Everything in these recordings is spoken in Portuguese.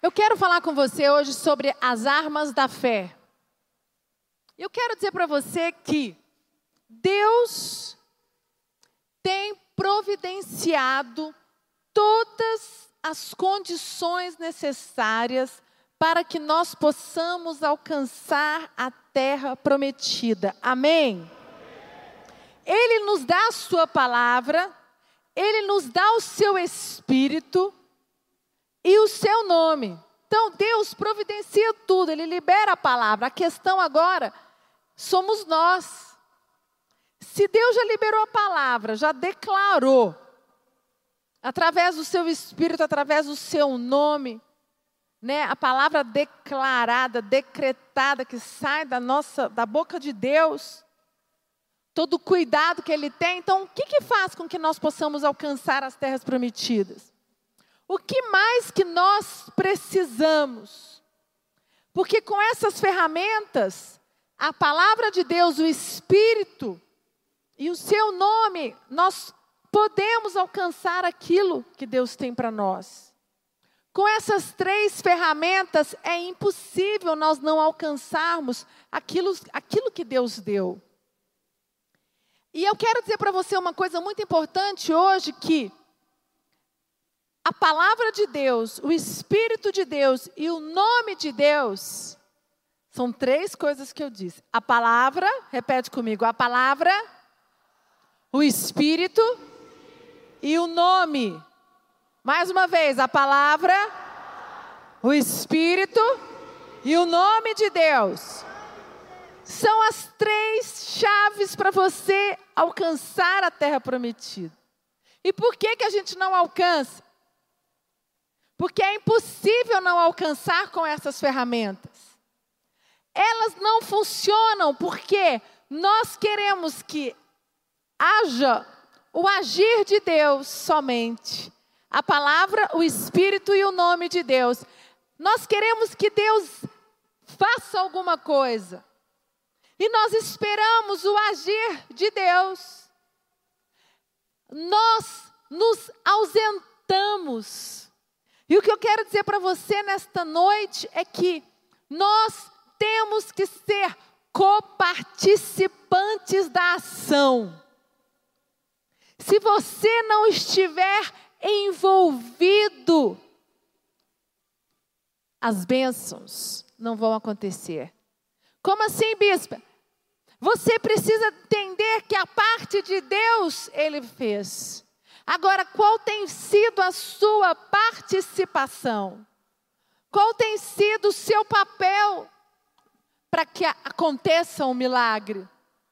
Eu quero falar com você hoje sobre as armas da fé. Eu quero dizer para você que Deus tem providenciado todas as condições necessárias para que nós possamos alcançar a terra prometida. Amém? Ele nos dá a sua palavra, Ele nos dá o seu Espírito e o seu nome. Então Deus providencia tudo, Ele libera a palavra. A questão agora somos nós. Se Deus já liberou a palavra, já declarou, através do seu Espírito, através do seu nome, né, a palavra declarada, decretada, que sai da boca de Deus, todo o cuidado que Ele tem. Então, o que faz com que nós possamos alcançar as terras prometidas? O que mais que nós precisamos? Porque com essas ferramentas, a palavra de Deus, o Espírito e o seu nome, nós podemos alcançar aquilo que Deus tem para nós. Com essas três ferramentas, é impossível nós não alcançarmos aquilo que Deus deu. E eu quero dizer para você uma coisa muito importante hoje, que a palavra de Deus, o Espírito de Deus e o nome de Deus, são três coisas que eu disse. A palavra, repete comigo, a palavra, o Espírito e o nome. Mais uma vez, a palavra, o Espírito e o nome de Deus. São as três chaves para você alcançar a terra prometida. E por que a gente não alcança? Porque é impossível não alcançar com essas ferramentas. Elas não funcionam porque nós queremos que haja o agir de Deus somente. A palavra, o Espírito e o nome de Deus. Nós queremos que Deus faça alguma coisa. E nós esperamos o agir de Deus. Nós nos ausentamos. E o que eu quero dizer para você nesta noite é que nós temos que ser coparticipantes da ação. Se você não estiver envolvido, as bênçãos não vão acontecer. Como assim, bispa? Você precisa entender que a parte de Deus Ele fez. Agora, qual tem sido a sua participação? Qual tem sido o seu papel para que aconteça um milagre?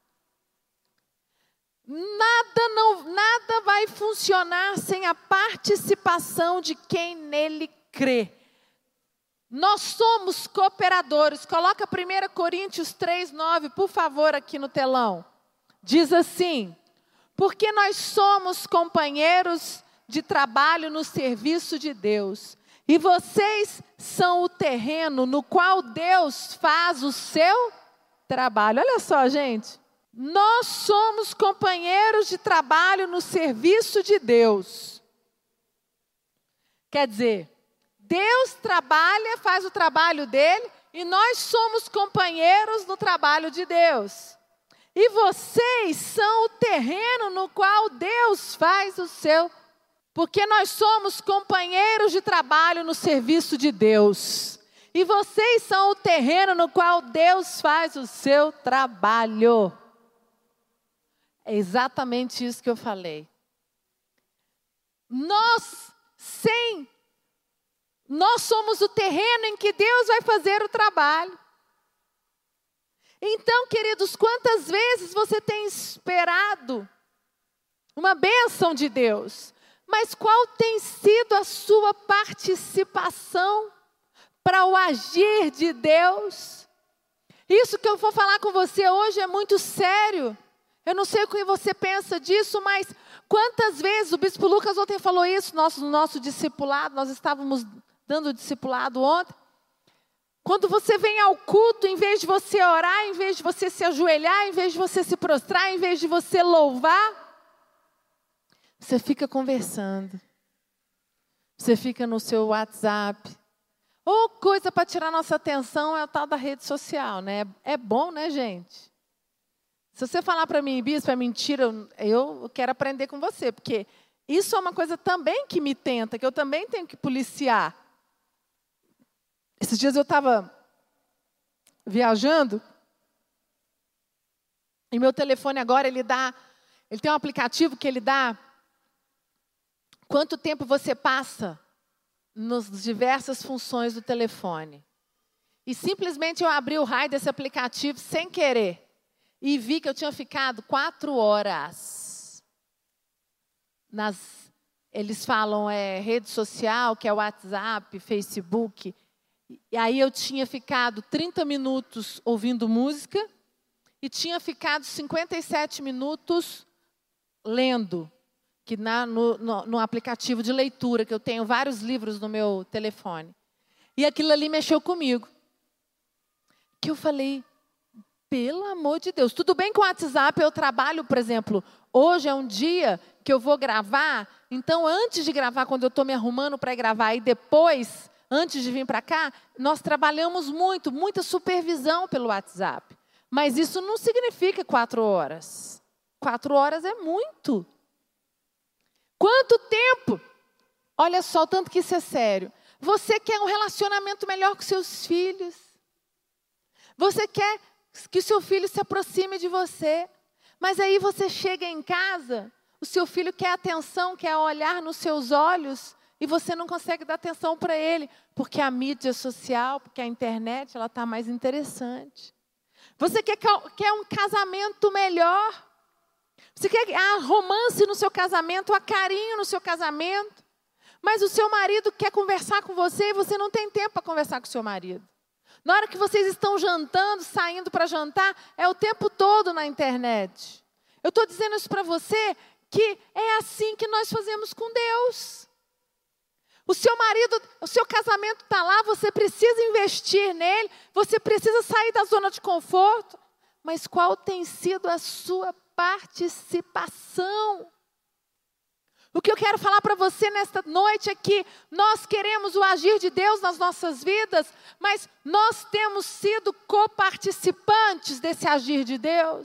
Nada vai funcionar sem a participação de quem nele crê. Nós somos cooperadores. Coloca 1 Coríntios 3:9, por favor, aqui no telão. Diz assim: porque nós somos companheiros de trabalho no serviço de Deus. E vocês são o terreno no qual Deus faz o seu trabalho. Olha só, gente. Nós somos companheiros de trabalho no serviço de Deus. Quer dizer, Deus trabalha, faz o trabalho dele, e nós somos companheiros no trabalho de Deus. E vocês são o terreno no qual Deus faz o seu. Porque nós somos companheiros de trabalho no serviço de Deus. E vocês são o terreno no qual Deus faz o seu trabalho. É exatamente isso que eu falei. Nós somos o terreno em que Deus vai fazer o trabalho. Então, queridos, quantas vezes você tem esperado uma bênção de Deus? Mas qual tem sido a sua participação para o agir de Deus? Isso que eu vou falar com você hoje é muito sério. Eu não sei o que você pensa disso, mas quantas vezes, o Bispo Lucas ontem falou isso no nosso discipulado, nós estávamos dando discipulado ontem. Quando você vem ao culto, em vez de você orar, em vez de você se ajoelhar, em vez de você se prostrar, em vez de você louvar, você fica conversando. Você fica no seu WhatsApp. coisa para tirar nossa atenção é o tal da rede social, né? É bom, né, gente? Se você falar para mim, bispo, é mentira, eu quero aprender com você, porque isso é uma coisa também que me tenta, que eu também tenho que policiar. Esses dias eu estava viajando, e meu telefone agora, ele tem um aplicativo que ele dá quanto tempo você passa nas diversas funções do telefone. E simplesmente eu abri o raio desse aplicativo sem querer. E vi que eu tinha ficado 4 horas. Eles falam rede social, que é WhatsApp, Facebook. E aí eu tinha ficado 30 minutos ouvindo música e tinha ficado 57 minutos lendo. Que no aplicativo de leitura, que eu tenho vários livros no meu telefone. E aquilo ali mexeu comigo. Que eu falei, pelo amor de Deus. Tudo bem com o WhatsApp, eu trabalho, por exemplo, hoje é um dia que eu vou gravar, então antes de gravar, quando eu estou me arrumando para gravar, e depois, antes de vir para cá, nós trabalhamos muito, muita supervisão pelo WhatsApp. Mas isso não significa 4 horas. 4 horas é muito. Quanto tempo? Olha só, tanto que isso é sério. Você quer um relacionamento melhor com seus filhos. Você quer que seu filho se aproxime de você. Mas aí você chega em casa, o seu filho quer atenção, quer olhar nos seus olhos, e você não consegue dar atenção para ele, porque a mídia social, porque a internet, ela está mais interessante. Você quer um casamento melhor. Você quer romance no seu casamento, carinho no seu casamento. Mas o seu marido quer conversar com você e você não tem tempo para conversar com o seu marido. Na hora que vocês estão jantando, saindo para jantar, é o tempo todo na internet. Eu estou dizendo isso para você, que é assim que nós fazemos com Deus. O seu marido, o seu casamento está lá, você precisa investir nele, você precisa sair da zona de conforto. Mas qual tem sido a sua participação? O que eu quero falar para você nesta noite é que nós queremos o agir de Deus nas nossas vidas, mas nós temos sido coparticipantes desse agir de Deus.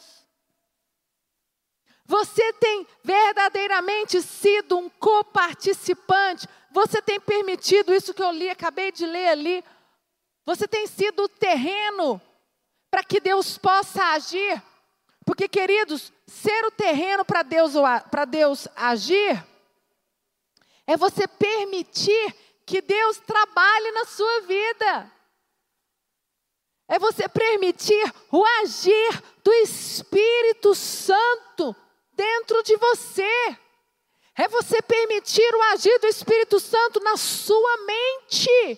Você tem verdadeiramente sido um coparticipante. Você tem permitido isso que eu li, acabei de ler ali. Você tem sido o terreno para que Deus possa agir. Porque, queridos, ser o terreno para Deus agir é você permitir que Deus trabalhe na sua vida. É você permitir o agir do Espírito Santo dentro de você. É você permitir o agir do Espírito Santo na sua mente.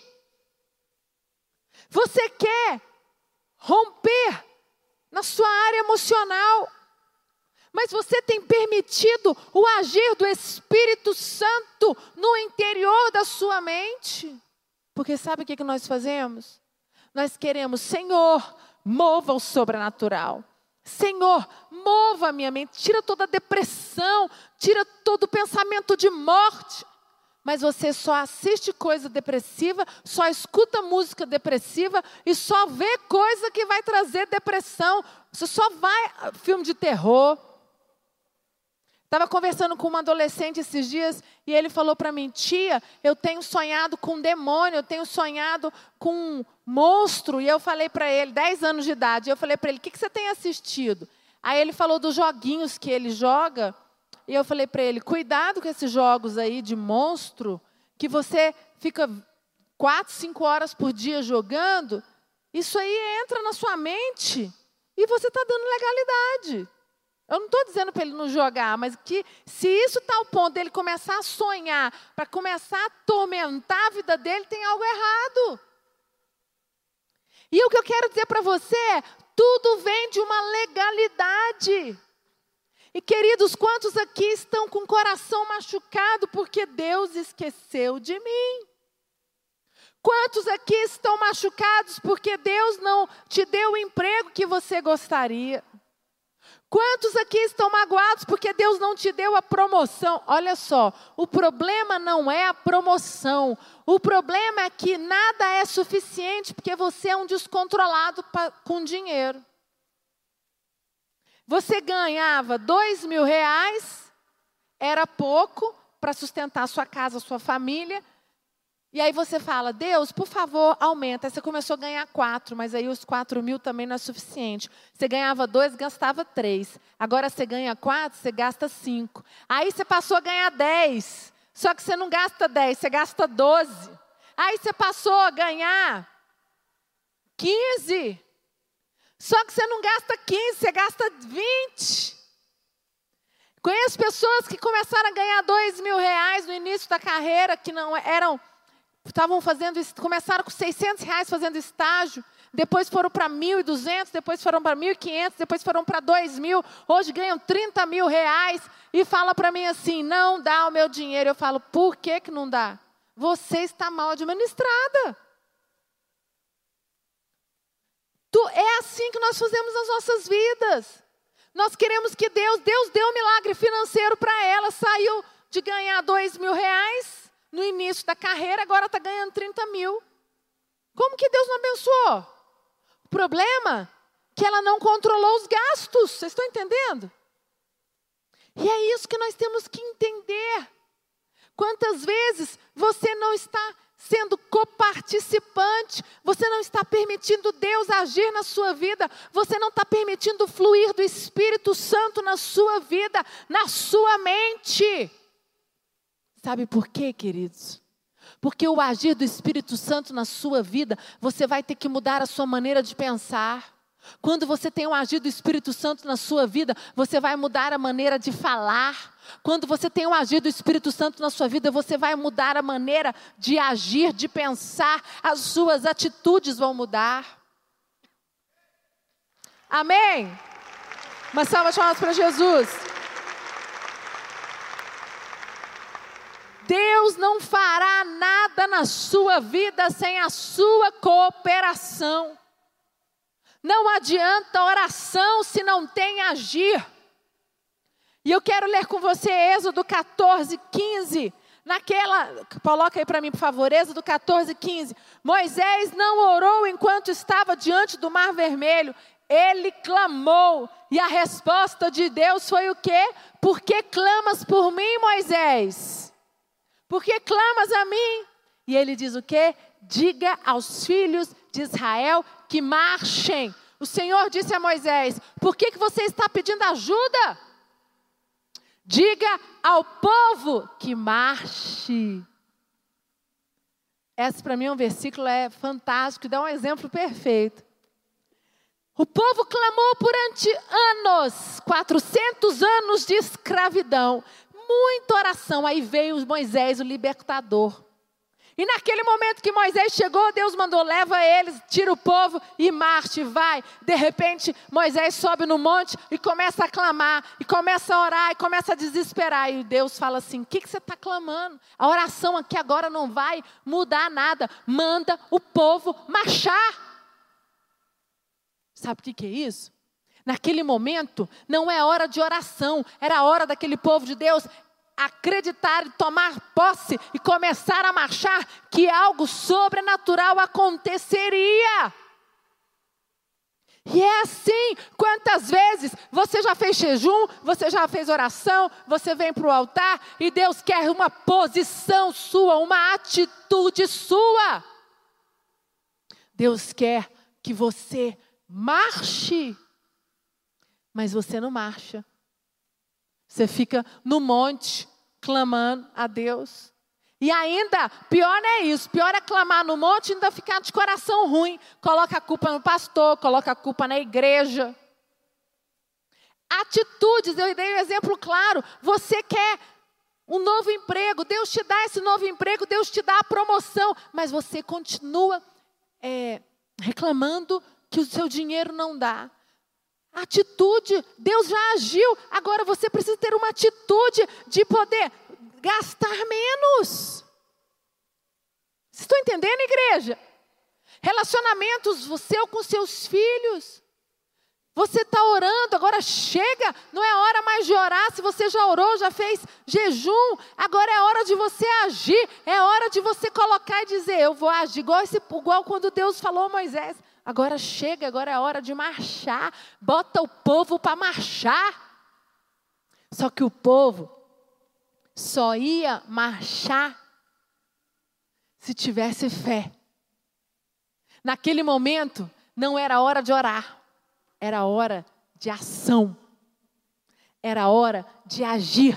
Você quer romper na sua área emocional, mas você tem permitido o agir do Espírito Santo no interior da sua mente. Porque sabe o que nós fazemos? Nós queremos, Senhor, mova o sobrenatural. Senhor, mova a minha mente, tira toda a depressão, tira todo o pensamento de morte. Mas você só assiste coisa depressiva, só escuta música depressiva e só vê coisa que vai trazer depressão. Você só vai, filme de terror. Estava conversando com um adolescente esses dias e ele falou para mim, tia, eu tenho sonhado com um demônio, eu tenho sonhado com um monstro. E eu falei para ele, 10 anos de idade, eu falei para ele, o que você tem assistido? Aí ele falou dos joguinhos que ele joga. E eu falei para ele, cuidado com esses jogos aí de monstro, que você fica 4, 5 horas por dia jogando, isso aí entra na sua mente e você está dando legalidade. Eu não estou dizendo para ele não jogar, mas que se isso está ao ponto dele começar a sonhar, para começar a atormentar a vida dele, tem algo errado. E o que eu quero dizer para você é, tudo vem de uma legalidade. E queridos, quantos aqui estão com o coração machucado porque Deus esqueceu de mim? Quantos aqui estão machucados porque Deus não te deu o emprego que você gostaria? Quantos aqui estão magoados porque Deus não te deu a promoção? Olha só, o problema não é a promoção. O problema é que nada é suficiente porque você é um descontrolado com dinheiro. Você ganhava R$2.000, era pouco para sustentar a sua casa, a sua família. E aí você fala, Deus, por favor, aumenta. Aí você começou a ganhar 4, mas aí os 4.000 também não é suficiente. Você ganhava 2, gastava 3. Agora você ganha 4, você gasta 5. Aí você passou a ganhar 10. Só que você não gasta 10, você gasta 12. Aí você passou a ganhar 15. Só que você não gasta 15, você gasta 20. Conheço pessoas que começaram a ganhar R$2.000 no início da carreira, que não eram... começaram com R$600 fazendo estágio, depois foram para 1.200, depois foram para 1.500, depois foram para 2.000, hoje ganham R$30.000 e fala para mim assim, não dá o meu dinheiro. Eu falo, por que não dá? Você está mal administrada. É assim que nós fazemos nas nossas vidas. Nós queremos que Deus deu um milagre financeiro para ela, saiu de ganhar R$2.000 no início da carreira, agora está ganhando 30.000. Como que Deus não abençoou? O problema é que ela não controlou os gastos. Vocês estão entendendo? E é isso que nós temos que entender. Quantas vezes você não está sendo coparticipante, você não está permitindo Deus agir na sua vida, você não está permitindo o fluir do Espírito Santo na sua vida, na sua mente. Sabe por quê, queridos? Porque o agir do Espírito Santo na sua vida, você vai ter que mudar a sua maneira de pensar. Quando você tem o agir do Espírito Santo na sua vida, você vai mudar a maneira de falar. Quando você tem o agir do Espírito Santo na sua vida, você vai mudar a maneira de agir, de pensar. As suas atitudes vão mudar. Amém? Uma salva de palmas para Jesus. Deus não fará nada na sua vida sem a sua cooperação. Não adianta oração se não tem agir. E eu quero ler com você Êxodo 14:15. Coloca aí para mim, por favor, Êxodo 14:15. Moisés não orou enquanto estava diante do Mar Vermelho. Ele clamou. E a resposta de Deus foi o quê? Por que clamas por mim, Moisés? Por que clamas a mim? E ele diz o quê? Diga aos filhos de Israel que marchem. O Senhor disse a Moisés, por que você está pedindo ajuda? Diga ao povo que marche. Esse para mim é um versículo fantástico, dá um exemplo perfeito. O povo clamou durante anos, 400 anos de escravidão. Muita oração, aí veio Moisés, o libertador. E naquele momento que Moisés chegou, Deus mandou, leva eles, tira o povo e marche, vai. De repente, Moisés sobe no monte e começa a clamar, e começa a orar, e começa a desesperar. E Deus fala assim, o que você está clamando? A oração aqui agora não vai mudar nada. Manda o povo marchar. Sabe o que é isso? Naquele momento, não é hora de oração, era a hora daquele povo de Deus acreditar e tomar posse e começar a marchar, que algo sobrenatural aconteceria. E é assim, quantas vezes você já fez jejum, você já fez oração, você vem para o altar e Deus quer uma posição sua, uma atitude sua. Deus quer que você marche, mas você não marcha. Você fica no monte, clamando a Deus. E ainda, pior não é isso. Pior é clamar no monte e ainda ficar de coração ruim. Coloca a culpa no pastor, coloca a culpa na igreja. Atitudes, eu dei um exemplo claro. Você quer um novo emprego, Deus te dá esse novo emprego, Deus te dá a promoção. Mas você continua reclamando que o seu dinheiro não dá. Atitude, Deus já agiu, agora você precisa ter uma atitude de poder gastar menos. Vocês estão entendendo, igreja? Relacionamentos, você com seus filhos. Você está orando, agora chega, não é hora mais de orar. Se você já orou, já fez jejum, agora é hora de você agir. É hora de você colocar e dizer, eu vou agir. Igual quando Deus falou a Moisés. Agora chega, agora é hora de marchar. Bota o povo para marchar. Só que o povo só ia marchar se tivesse fé. Naquele momento, não era hora de orar. Era hora de ação. Era hora de agir.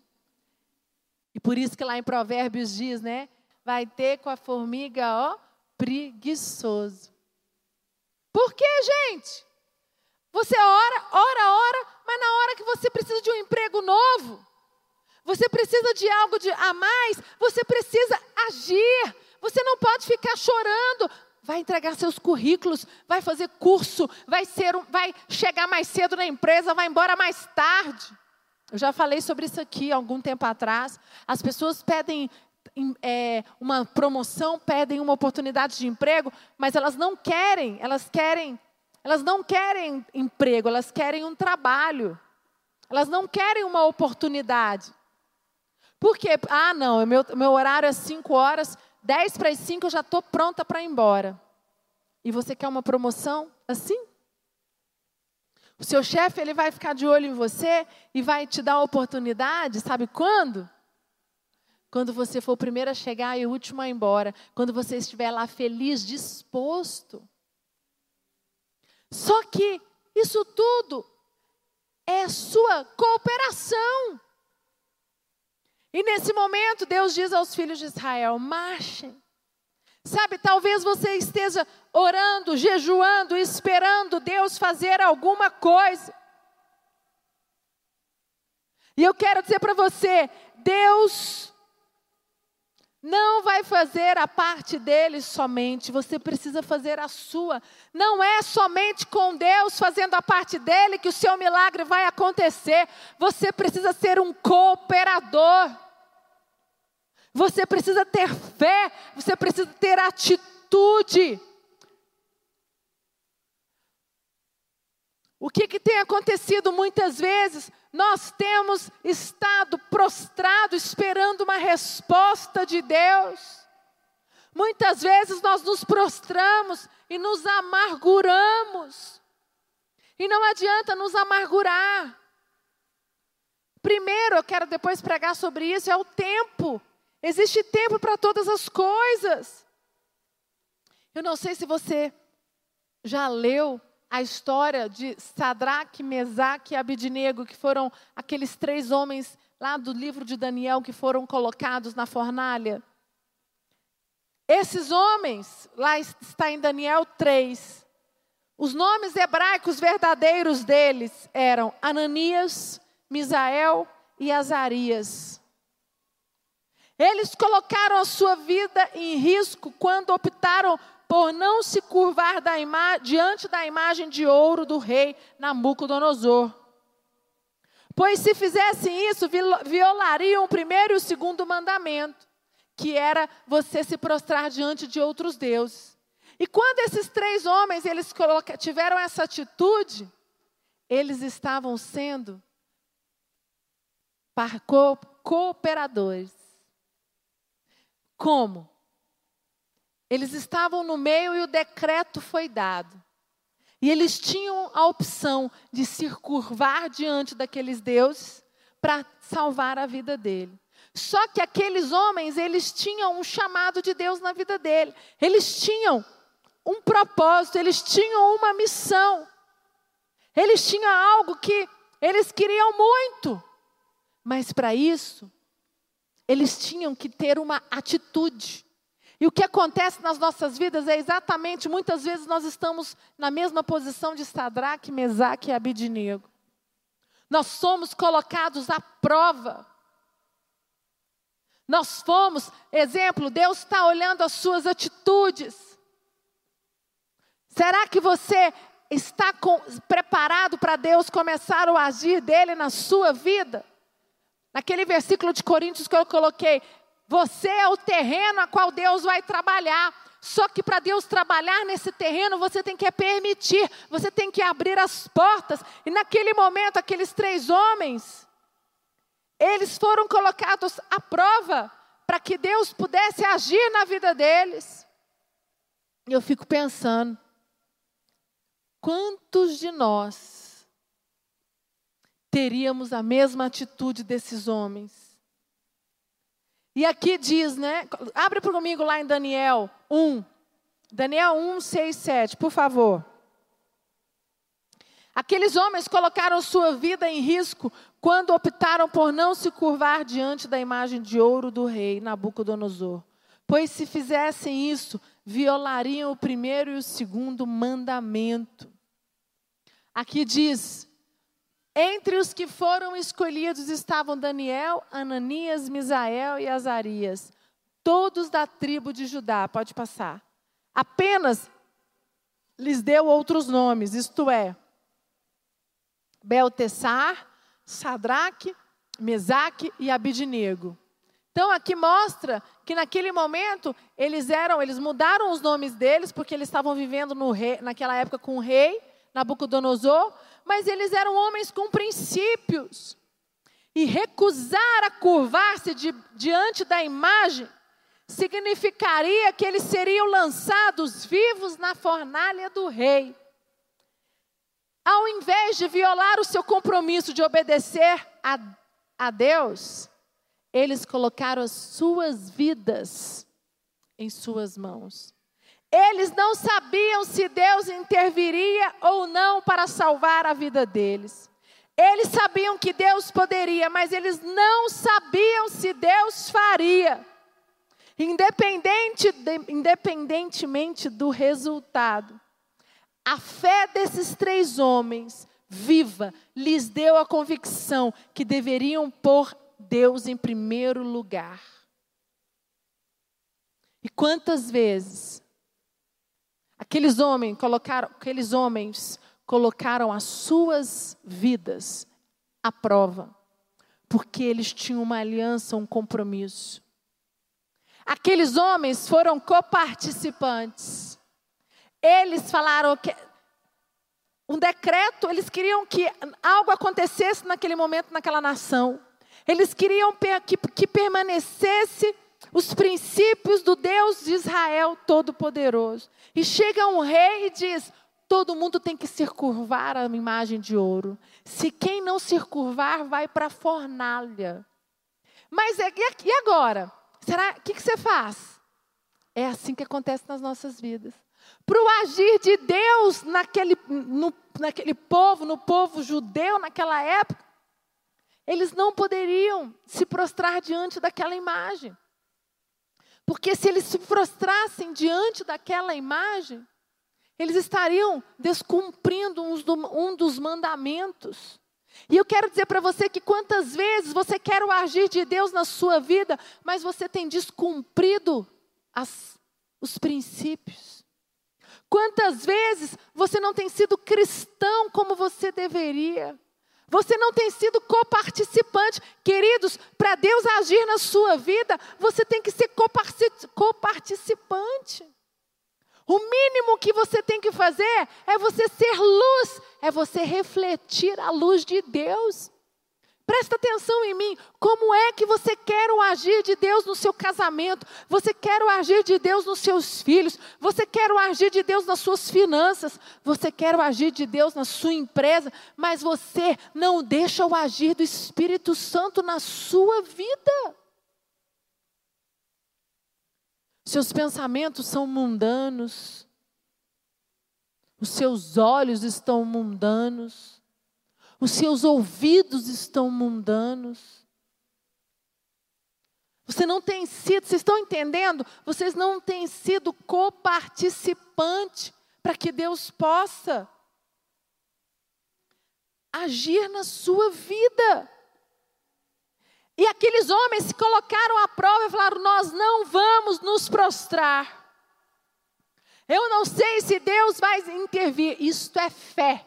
E por isso que lá em Provérbios diz, né? Vai ter com a formiga, ó, preguiçoso. Por quê, gente? Você ora, mas na hora que você precisa de um emprego novo, você precisa de algo a mais, você precisa agir. Você não pode ficar chorando. Vai entregar seus currículos, vai fazer curso, vai chegar mais cedo na empresa, vai embora mais tarde. Eu já falei sobre isso aqui há algum tempo atrás. As pessoas pedem uma promoção, pedem uma oportunidade de emprego, mas elas não querem emprego, elas querem um trabalho. Elas não querem uma oportunidade. Por quê? Ah, não, meu horário é 5 horas, 10 para as 5 eu já estou pronta para ir embora. E você quer uma promoção assim? O seu chefe, ele vai ficar de olho em você e vai te dar a oportunidade, sabe quando? Quando você for o primeiro a chegar e o último a ir embora. Quando você estiver lá feliz, disposto. Só que isso tudo é sua cooperação. E nesse momento, Deus diz aos filhos de Israel, marchem. Sabe, talvez você esteja orando, jejuando, esperando Deus fazer alguma coisa. E eu quero dizer para você, Deus não vai fazer a parte dele somente, você precisa fazer a sua. Não é somente com Deus fazendo a parte dele que o seu milagre vai acontecer. Você precisa ser um cooperador. Você precisa ter fé, você precisa ter atitude. O que tem acontecido muitas vezes? Nós temos estado prostrados esperando uma resposta de Deus. Muitas vezes nós nos prostramos e nos amarguramos. E não adianta nos amargurar. Primeiro, eu quero depois pregar sobre isso, é o tempo. Existe tempo para todas as coisas. Eu não sei se você já leu a história de Sadraque, Mesaque e Abidnego, que foram aqueles 3 homens lá do livro de Daniel que foram colocados na fornalha. Esses homens, lá está em Daniel 3, os nomes hebraicos verdadeiros deles eram Ananias, Misael e Azarias. Eles colocaram a sua vida em risco quando optaram por não se curvar diante da imagem de ouro do rei Nabucodonosor. Pois se fizessem isso, violariam o primeiro e o segundo mandamento, que era você se prostrar diante de outros deuses. E quando esses 3 homens tiveram essa atitude, eles estavam sendo cooperadores. Como? Eles estavam no meio e o decreto foi dado. E eles tinham a opção de se curvar diante daqueles deuses para salvar a vida dele. Só que aqueles homens, eles tinham um chamado de Deus na vida dele. Eles tinham um propósito, eles tinham uma missão. Eles tinham algo que eles queriam muito. Mas para isso, eles tinham que ter uma atitude. E o que acontece nas nossas vidas é exatamente, muitas vezes nós estamos na mesma posição de Sadraque, Mesaque e Abidnego. Nós somos colocados à prova. Nós fomos, exemplo, Deus está olhando as suas atitudes. Será que você está preparado para Deus começar o agir dele na sua vida? Naquele versículo de Coríntios que eu coloquei, você é o terreno a qual Deus vai trabalhar. Só que para Deus trabalhar nesse terreno, você tem que permitir, você tem que abrir as portas. E naquele momento, aqueles 3 homens, eles foram colocados à prova para que Deus pudesse agir na vida deles. E eu fico pensando, quantos de nós teríamos a mesma atitude desses homens? E aqui diz, né? Abre comigo lá em Daniel 1. Daniel 1, 6, 7, por favor. Aqueles homens colocaram sua vida em risco quando optaram por não se curvar diante da imagem de ouro do rei Nabucodonosor. Pois se fizessem isso, violariam o primeiro e o segundo mandamento. Aqui diz, entre os que foram escolhidos estavam Daniel, Ananias, Misael e Azarias, todos da tribo de Judá. Pode passar. Apenas lhes deu outros nomes, isto é, Beltessar, Sadraque, Mesaque e Abidnego. Então aqui mostra que naquele momento eles mudaram os nomes deles, porque eles estavam vivendo naquela época com o rei Nabucodonosor, mas eles eram homens com princípios. E recusar a curvar-se diante da imagem significaria que eles seriam lançados vivos na fornalha do rei. Ao invés de violar o seu compromisso de obedecer a Deus, eles colocaram as suas vidas em suas mãos. Eles não sabiam se Deus interviria ou não para salvar a vida deles. Eles sabiam que Deus poderia, mas eles não sabiam se Deus faria. Independentemente do resultado, a fé desses 3 homens, viva, lhes deu a convicção que deveriam pôr Deus em primeiro lugar. E quantas vezes aqueles homens colocaram as suas vidas à prova, porque eles tinham uma aliança, um compromisso. Aqueles homens foram coparticipantes. Eles falaram que um decreto, eles queriam que algo acontecesse naquele momento, naquela nação. Eles queriam que permanecesse os princípios do Deus de Israel Todo-Poderoso. E chega um rei e diz, todo mundo tem que se curvar à imagem de ouro. Se quem não se curvar, vai para a fornalha. Mas e agora? O que você faz? É assim que acontece nas nossas vidas. Para o agir de Deus naquele povo, no povo judeu naquela época, eles não poderiam se prostrar diante daquela imagem. Porque se eles se prostrassem diante daquela imagem, eles estariam descumprindo um dos mandamentos. E eu quero dizer para você que quantas vezes você quer o agir de Deus na sua vida, mas você tem descumprido os princípios. Quantas vezes você não tem sido cristão como você deveria? Você não tem sido coparticipante. Queridos, para Deus agir na sua vida, você tem que ser coparticipante. O mínimo que você tem que fazer é você ser luz, é você refletir a luz de Deus. Presta atenção em mim, como é que você quer o agir de Deus no seu casamento? Você quer o agir de Deus nos seus filhos? Você quer o agir de Deus nas suas finanças? Você quer o agir de Deus na sua empresa? Mas você não deixa o agir do Espírito Santo na sua vida. Seus pensamentos são mundanos. Os seus olhos estão mundanos. Os seus ouvidos estão mundanos. Vocês estão entendendo? Vocês não têm sido coparticipante para que Deus possa agir na sua vida. E aqueles homens se colocaram à prova e falaram, nós não vamos nos prostrar. Eu não sei se Deus vai intervir. Isto é fé.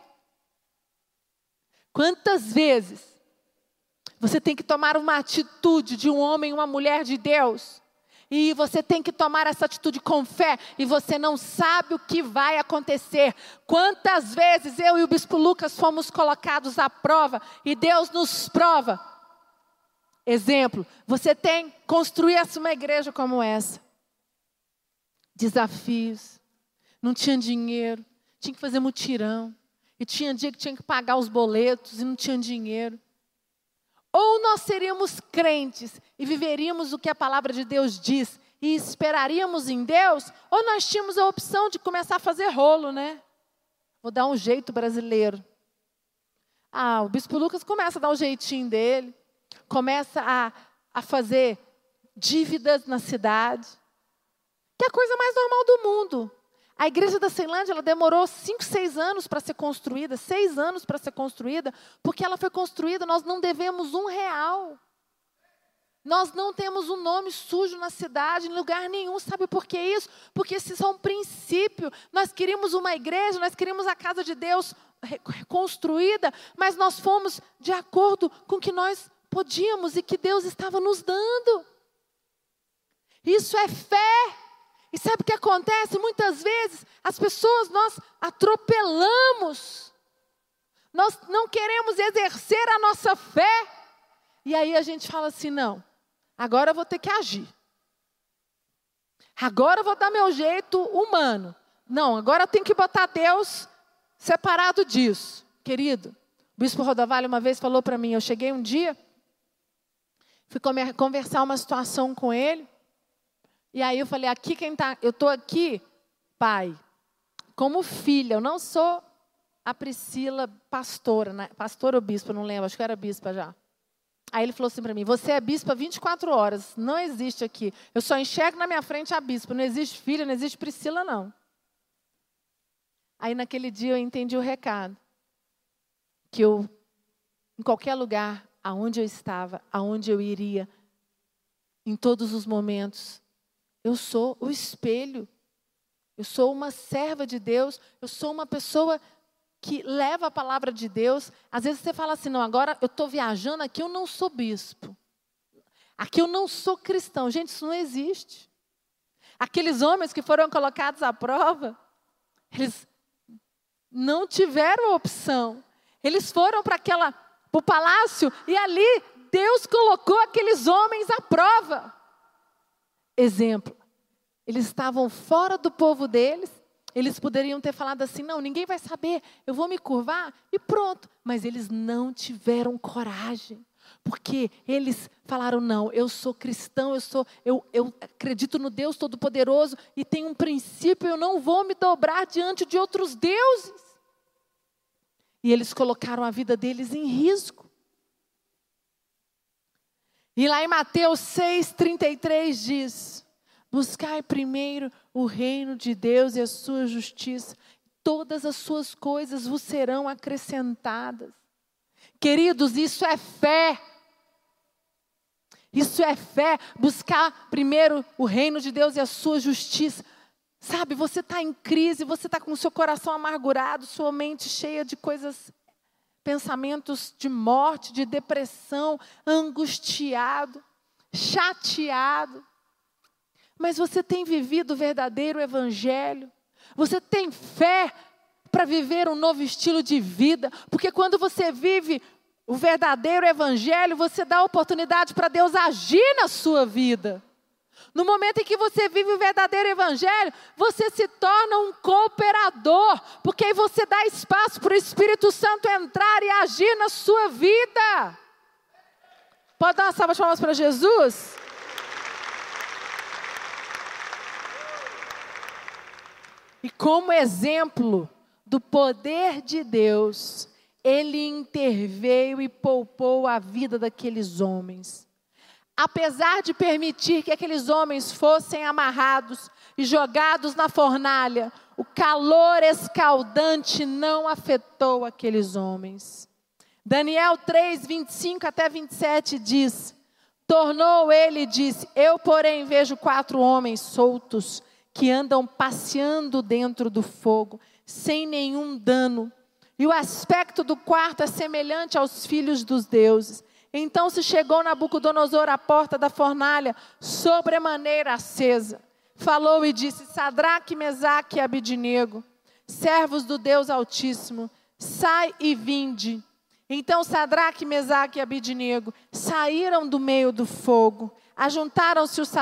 Quantas vezes você tem que tomar uma atitude de um homem e uma mulher de Deus E você tem que tomar essa atitude com fé. E você não sabe o que vai acontecer. Quantas vezes eu e o Bispo Lucas fomos colocados à prova. E Deus nos prova. Exemplo, você tem que construir uma igreja como essa. Desafios. Não tinha dinheiro. Tinha que fazer mutirão. E tinha dia que tinha que pagar os boletos e não tinha dinheiro. Ou nós seríamos crentes e viveríamos o que a palavra de Deus diz e esperaríamos em Deus, ou nós tínhamos a opção de começar a fazer rolo, né? Vou dar um jeito brasileiro. O Bispo Lucas começa a dar o jeitinho dele, começa a fazer dívidas na cidade, que é a coisa mais normal do mundo. A igreja da Ceilândia, ela demorou 5, 6 anos para ser construída, 6 anos para ser construída, porque ela foi construída, nós não devemos R$1. Nós não temos um nome sujo na cidade, em lugar nenhum. Sabe por que isso? Porque isso é um princípio. Nós queríamos uma igreja, nós queríamos a casa de Deus reconstruída, mas nós fomos de acordo com o que nós podíamos e que Deus estava nos dando. Isso é fé. E sabe o que acontece? Muitas vezes as pessoas nós atropelamos. Nós não queremos exercer a nossa fé. E aí a gente fala assim, não, agora eu vou ter que agir. Agora eu vou dar meu jeito humano. Não, agora eu tenho que botar Deus separado disso. Querido, o Bispo Rodovalho uma vez falou para mim, eu cheguei um dia, fui conversar uma situação com ele. E aí eu falei, eu estou aqui, pai, como filha, eu não sou a Priscila pastora, né? Pastora ou bispa, não lembro, acho que era bispa já. Aí ele falou assim para mim, você é bispa 24 horas, não existe aqui. Eu só enxergo na minha frente a bispa, não existe filha, não existe Priscila não. Aí naquele dia eu entendi o recado. Que eu, em qualquer lugar, aonde eu estava, aonde eu iria, em todos os momentos, eu sou o espelho. Eu sou uma serva de Deus. Eu sou uma pessoa que leva a palavra de Deus. Às vezes você fala assim, não, agora eu estou viajando, aqui eu não sou bispo. Aqui eu não sou cristão. Gente, isso não existe. Aqueles homens que foram colocados à prova, eles não tiveram opção. Eles foram para o palácio e ali Deus colocou aqueles homens à prova. Exemplo, eles estavam fora do povo deles, eles poderiam ter falado assim, não, ninguém vai saber, eu vou me curvar e pronto. Mas eles não tiveram coragem, porque eles falaram, não, eu sou cristão, eu acredito no Deus Todo-Poderoso e tem um princípio, eu não vou me dobrar diante de outros deuses. E eles colocaram a vida deles em risco. E lá em Mateus 6,33 diz, buscai primeiro o reino de Deus e a sua justiça, todas as suas coisas vos serão acrescentadas. Queridos, isso é fé. Isso é fé, buscar primeiro o reino de Deus e a sua justiça. Sabe, você está em crise, você está com o seu coração amargurado, sua mente cheia de coisas, pensamentos de morte, de depressão, angustiado, chateado. Mas você tem vivido o verdadeiro evangelho. Você tem fé para viver um novo estilo de vida. Porque quando você vive o verdadeiro evangelho, você dá oportunidade para Deus agir na sua vida. No momento em que você vive o verdadeiro evangelho, você se torna um cooperador, porque aí você dá espaço para o Espírito Santo entrar e agir na sua vida. Pode dar uma salva de palmas para Jesus? E como exemplo do poder de Deus, Ele interveio e poupou a vida daqueles homens. Apesar de permitir que aqueles homens fossem amarrados e jogados na fornalha, o calor escaldante não afetou aqueles homens. Daniel 3, 25 até 27 diz, tornou ele e disse, eu porém vejo 4 homens soltos que andam passeando dentro do fogo, sem nenhum dano. E o aspecto do quarto é semelhante aos filhos dos deuses. Então se chegou Nabucodonosor à porta da fornalha, sobremaneira acesa. Falou e disse: Sadraque, Mesaque e Abidnego, servos do Deus Altíssimo, sai e vinde. Então Sadraque, Mesaque e Abidnego saíram do meio do fogo. Ajuntaram-se os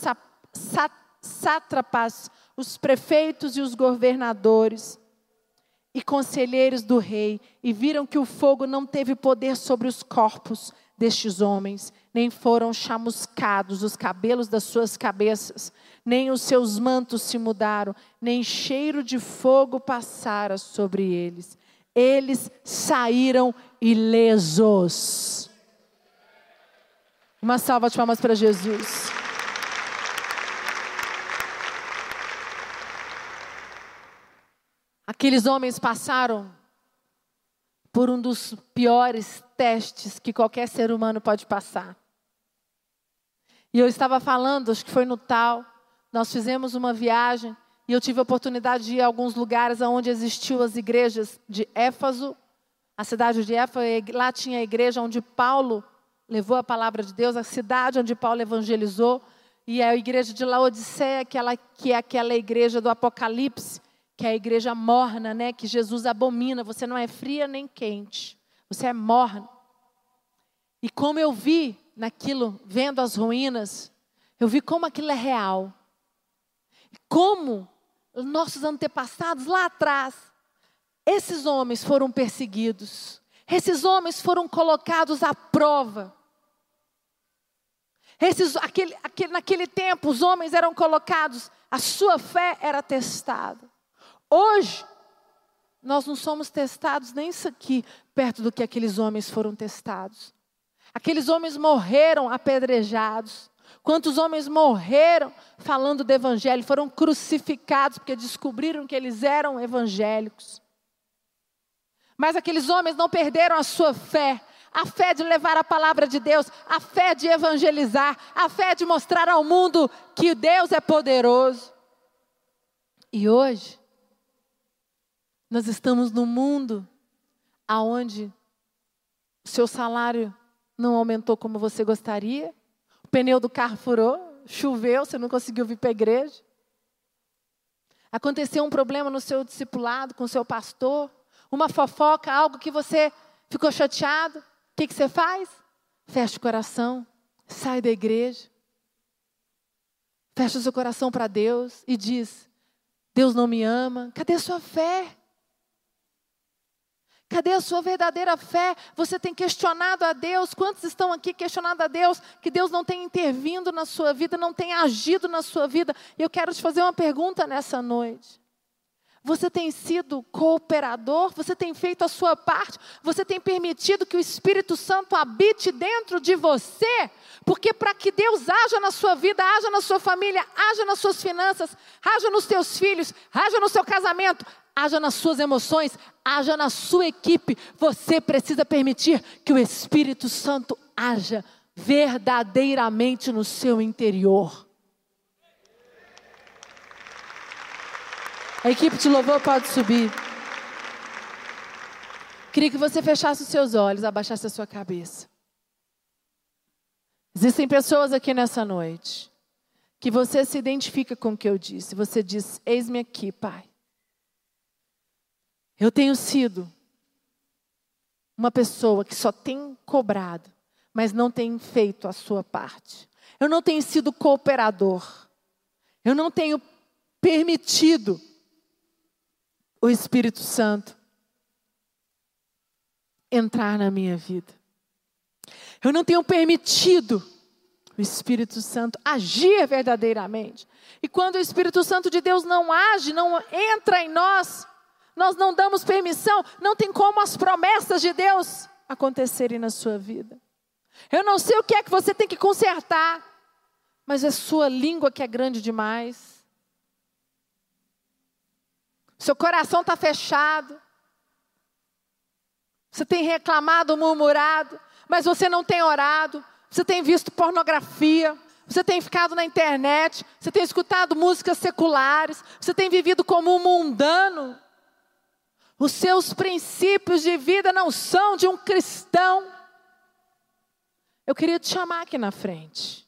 sátrapas, os prefeitos e os governadores e conselheiros do rei, e viram que o fogo não teve poder sobre os corpos destes homens, nem foram chamuscados os cabelos das suas cabeças, nem os seus mantos se mudaram, nem cheiro de fogo passara sobre eles. Eles saíram ilesos. Uma salva de palmas para Jesus. Aqueles homens passaram por um dos piores testes que qualquer ser humano pode passar. E eu estava falando, acho que foi no Tal, nós fizemos uma viagem e eu tive a oportunidade de ir a alguns lugares onde existiam as igrejas de Éfaso, a cidade de Éfaso. Lá tinha a igreja onde Paulo levou a palavra de Deus, a cidade onde Paulo evangelizou, e a igreja de Laodiceia, que é aquela igreja do Apocalipse, que é a igreja morna, né, que Jesus abomina. Você não é fria nem quente, você é morna. E como eu vi naquilo, vendo as ruínas, eu vi como aquilo é real. Como nossos antepassados lá atrás, esses homens foram perseguidos. Esses homens foram colocados à prova. Naquele tempo, os homens eram colocados, a sua fé era testada. Hoje, nós não somos testados nem isso aqui, perto do que aqueles homens foram testados. Aqueles homens morreram apedrejados. Quantos homens morreram falando do evangelho, foram crucificados porque descobriram que eles eram evangélicos. Mas aqueles homens não perderam a sua fé. A fé de levar a palavra de Deus, a fé de evangelizar, a fé de mostrar ao mundo que Deus é poderoso. E hoje, nós estamos num mundo onde o seu salário não aumentou como você gostaria, o pneu do carro furou, choveu, você não conseguiu vir para a igreja. Aconteceu um problema no seu discipulado, com o seu pastor, uma fofoca, algo que você ficou chateado. O que você faz? Fecha o coração, sai da igreja, fecha o seu coração para Deus e diz: Deus não me ama. Cadê a sua fé? Cadê a sua verdadeira fé? Você tem questionado a Deus? Quantos estão aqui questionando a Deus? Que Deus não tem intervindo na sua vida, não tem agido na sua vida. E eu quero te fazer uma pergunta nessa noite. Você tem sido cooperador? Você tem feito a sua parte? Você tem permitido que o Espírito Santo habite dentro de você? Porque para que Deus haja na sua vida, haja na sua família, haja nas suas finanças, haja nos teus filhos, haja no seu casamento, haja nas suas emoções, haja na sua equipe, você precisa permitir que o Espírito Santo haja verdadeiramente no seu interior. A equipe de louvor pode subir. Queria que você fechasse os seus olhos, abaixasse a sua cabeça. Existem pessoas aqui nessa noite que você se identifica com o que eu disse. Você diz: eis-me aqui, Pai. Eu tenho sido uma pessoa que só tem cobrado, mas não tem feito a sua parte. Eu não tenho sido cooperador. Eu não tenho permitido o Espírito Santo entrar na minha vida. Eu não tenho permitido o Espírito Santo agir verdadeiramente. E quando o Espírito Santo de Deus não age, não entra em nós, nós não damos permissão, não tem como as promessas de Deus acontecerem na sua vida. Eu não sei o que é que você tem que consertar, mas é sua língua que é grande demais. Seu coração está fechado. Você tem reclamado, murmurado, mas você não tem orado. Você tem visto pornografia. Você tem ficado na internet. Você tem escutado músicas seculares. Você tem vivido como um mundano. Os seus princípios de vida não são de um cristão. Eu queria te chamar aqui na frente.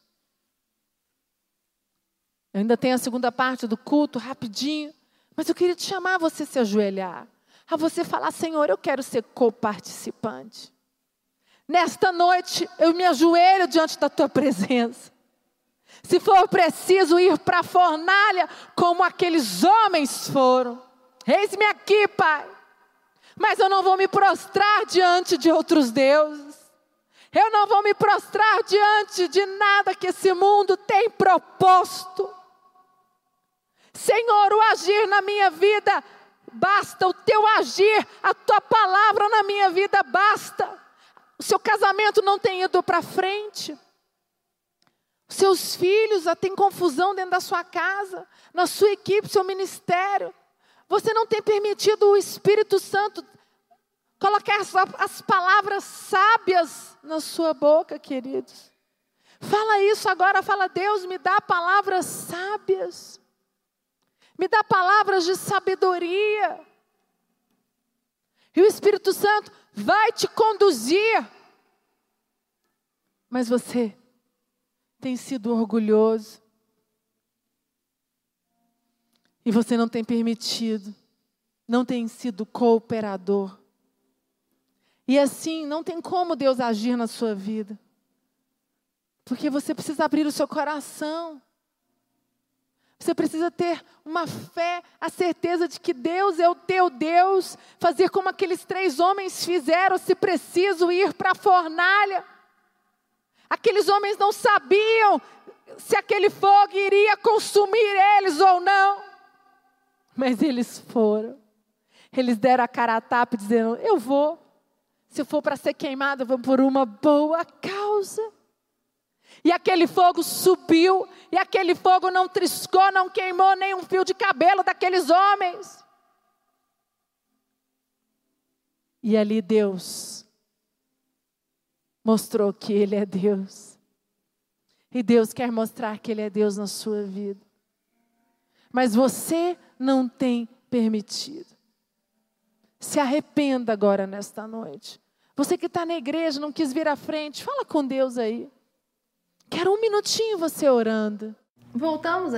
Eu ainda tenho a segunda parte do culto, rapidinho. Mas eu queria te chamar a você se ajoelhar. A você falar, Senhor, eu quero ser coparticipante. Nesta noite, eu me ajoelho diante da tua presença. Se for preciso ir para a fornalha, como aqueles homens foram. Eis-me aqui, Pai. Mas eu não vou me prostrar diante de outros deuses. Eu não vou me prostrar diante de nada que esse mundo tem proposto. Senhor, o agir na minha vida basta. O teu agir, a tua palavra na minha vida basta. O seu casamento não tem ido para frente. Os seus filhos têm confusão dentro da sua casa, na sua equipe, seu ministério. Você não tem permitido o Espírito Santo colocar as palavras sábias na sua boca, queridos. Fala isso agora, fala, Deus, me dá palavras sábias. Me dá palavras de sabedoria. E o Espírito Santo vai te conduzir. Mas você tem sido orgulhoso. E você não tem permitido. Não tem sido cooperador. E assim, não tem como Deus agir na sua vida. Porque você precisa abrir o seu coração. Você precisa ter uma fé, a certeza de que Deus é o teu Deus. Fazer como aqueles 3 homens fizeram, se preciso ir para a fornalha. Aqueles homens não sabiam se aquele fogo iria consumir eles ou não. Mas eles foram. Eles deram a cara a tapa dizendo, eu vou. Se eu for para ser queimado, eu vou por uma boa causa. E aquele fogo subiu, e aquele fogo não triscou, não queimou nem um fio de cabelo daqueles homens. E ali Deus mostrou que Ele é Deus. E Deus quer mostrar que Ele é Deus na sua vida. Mas você não tem permitido. Se arrependa agora nesta noite. Você que está na igreja, não quis vir à frente, fala com Deus aí. Quero um minutinho você orando. Voltamos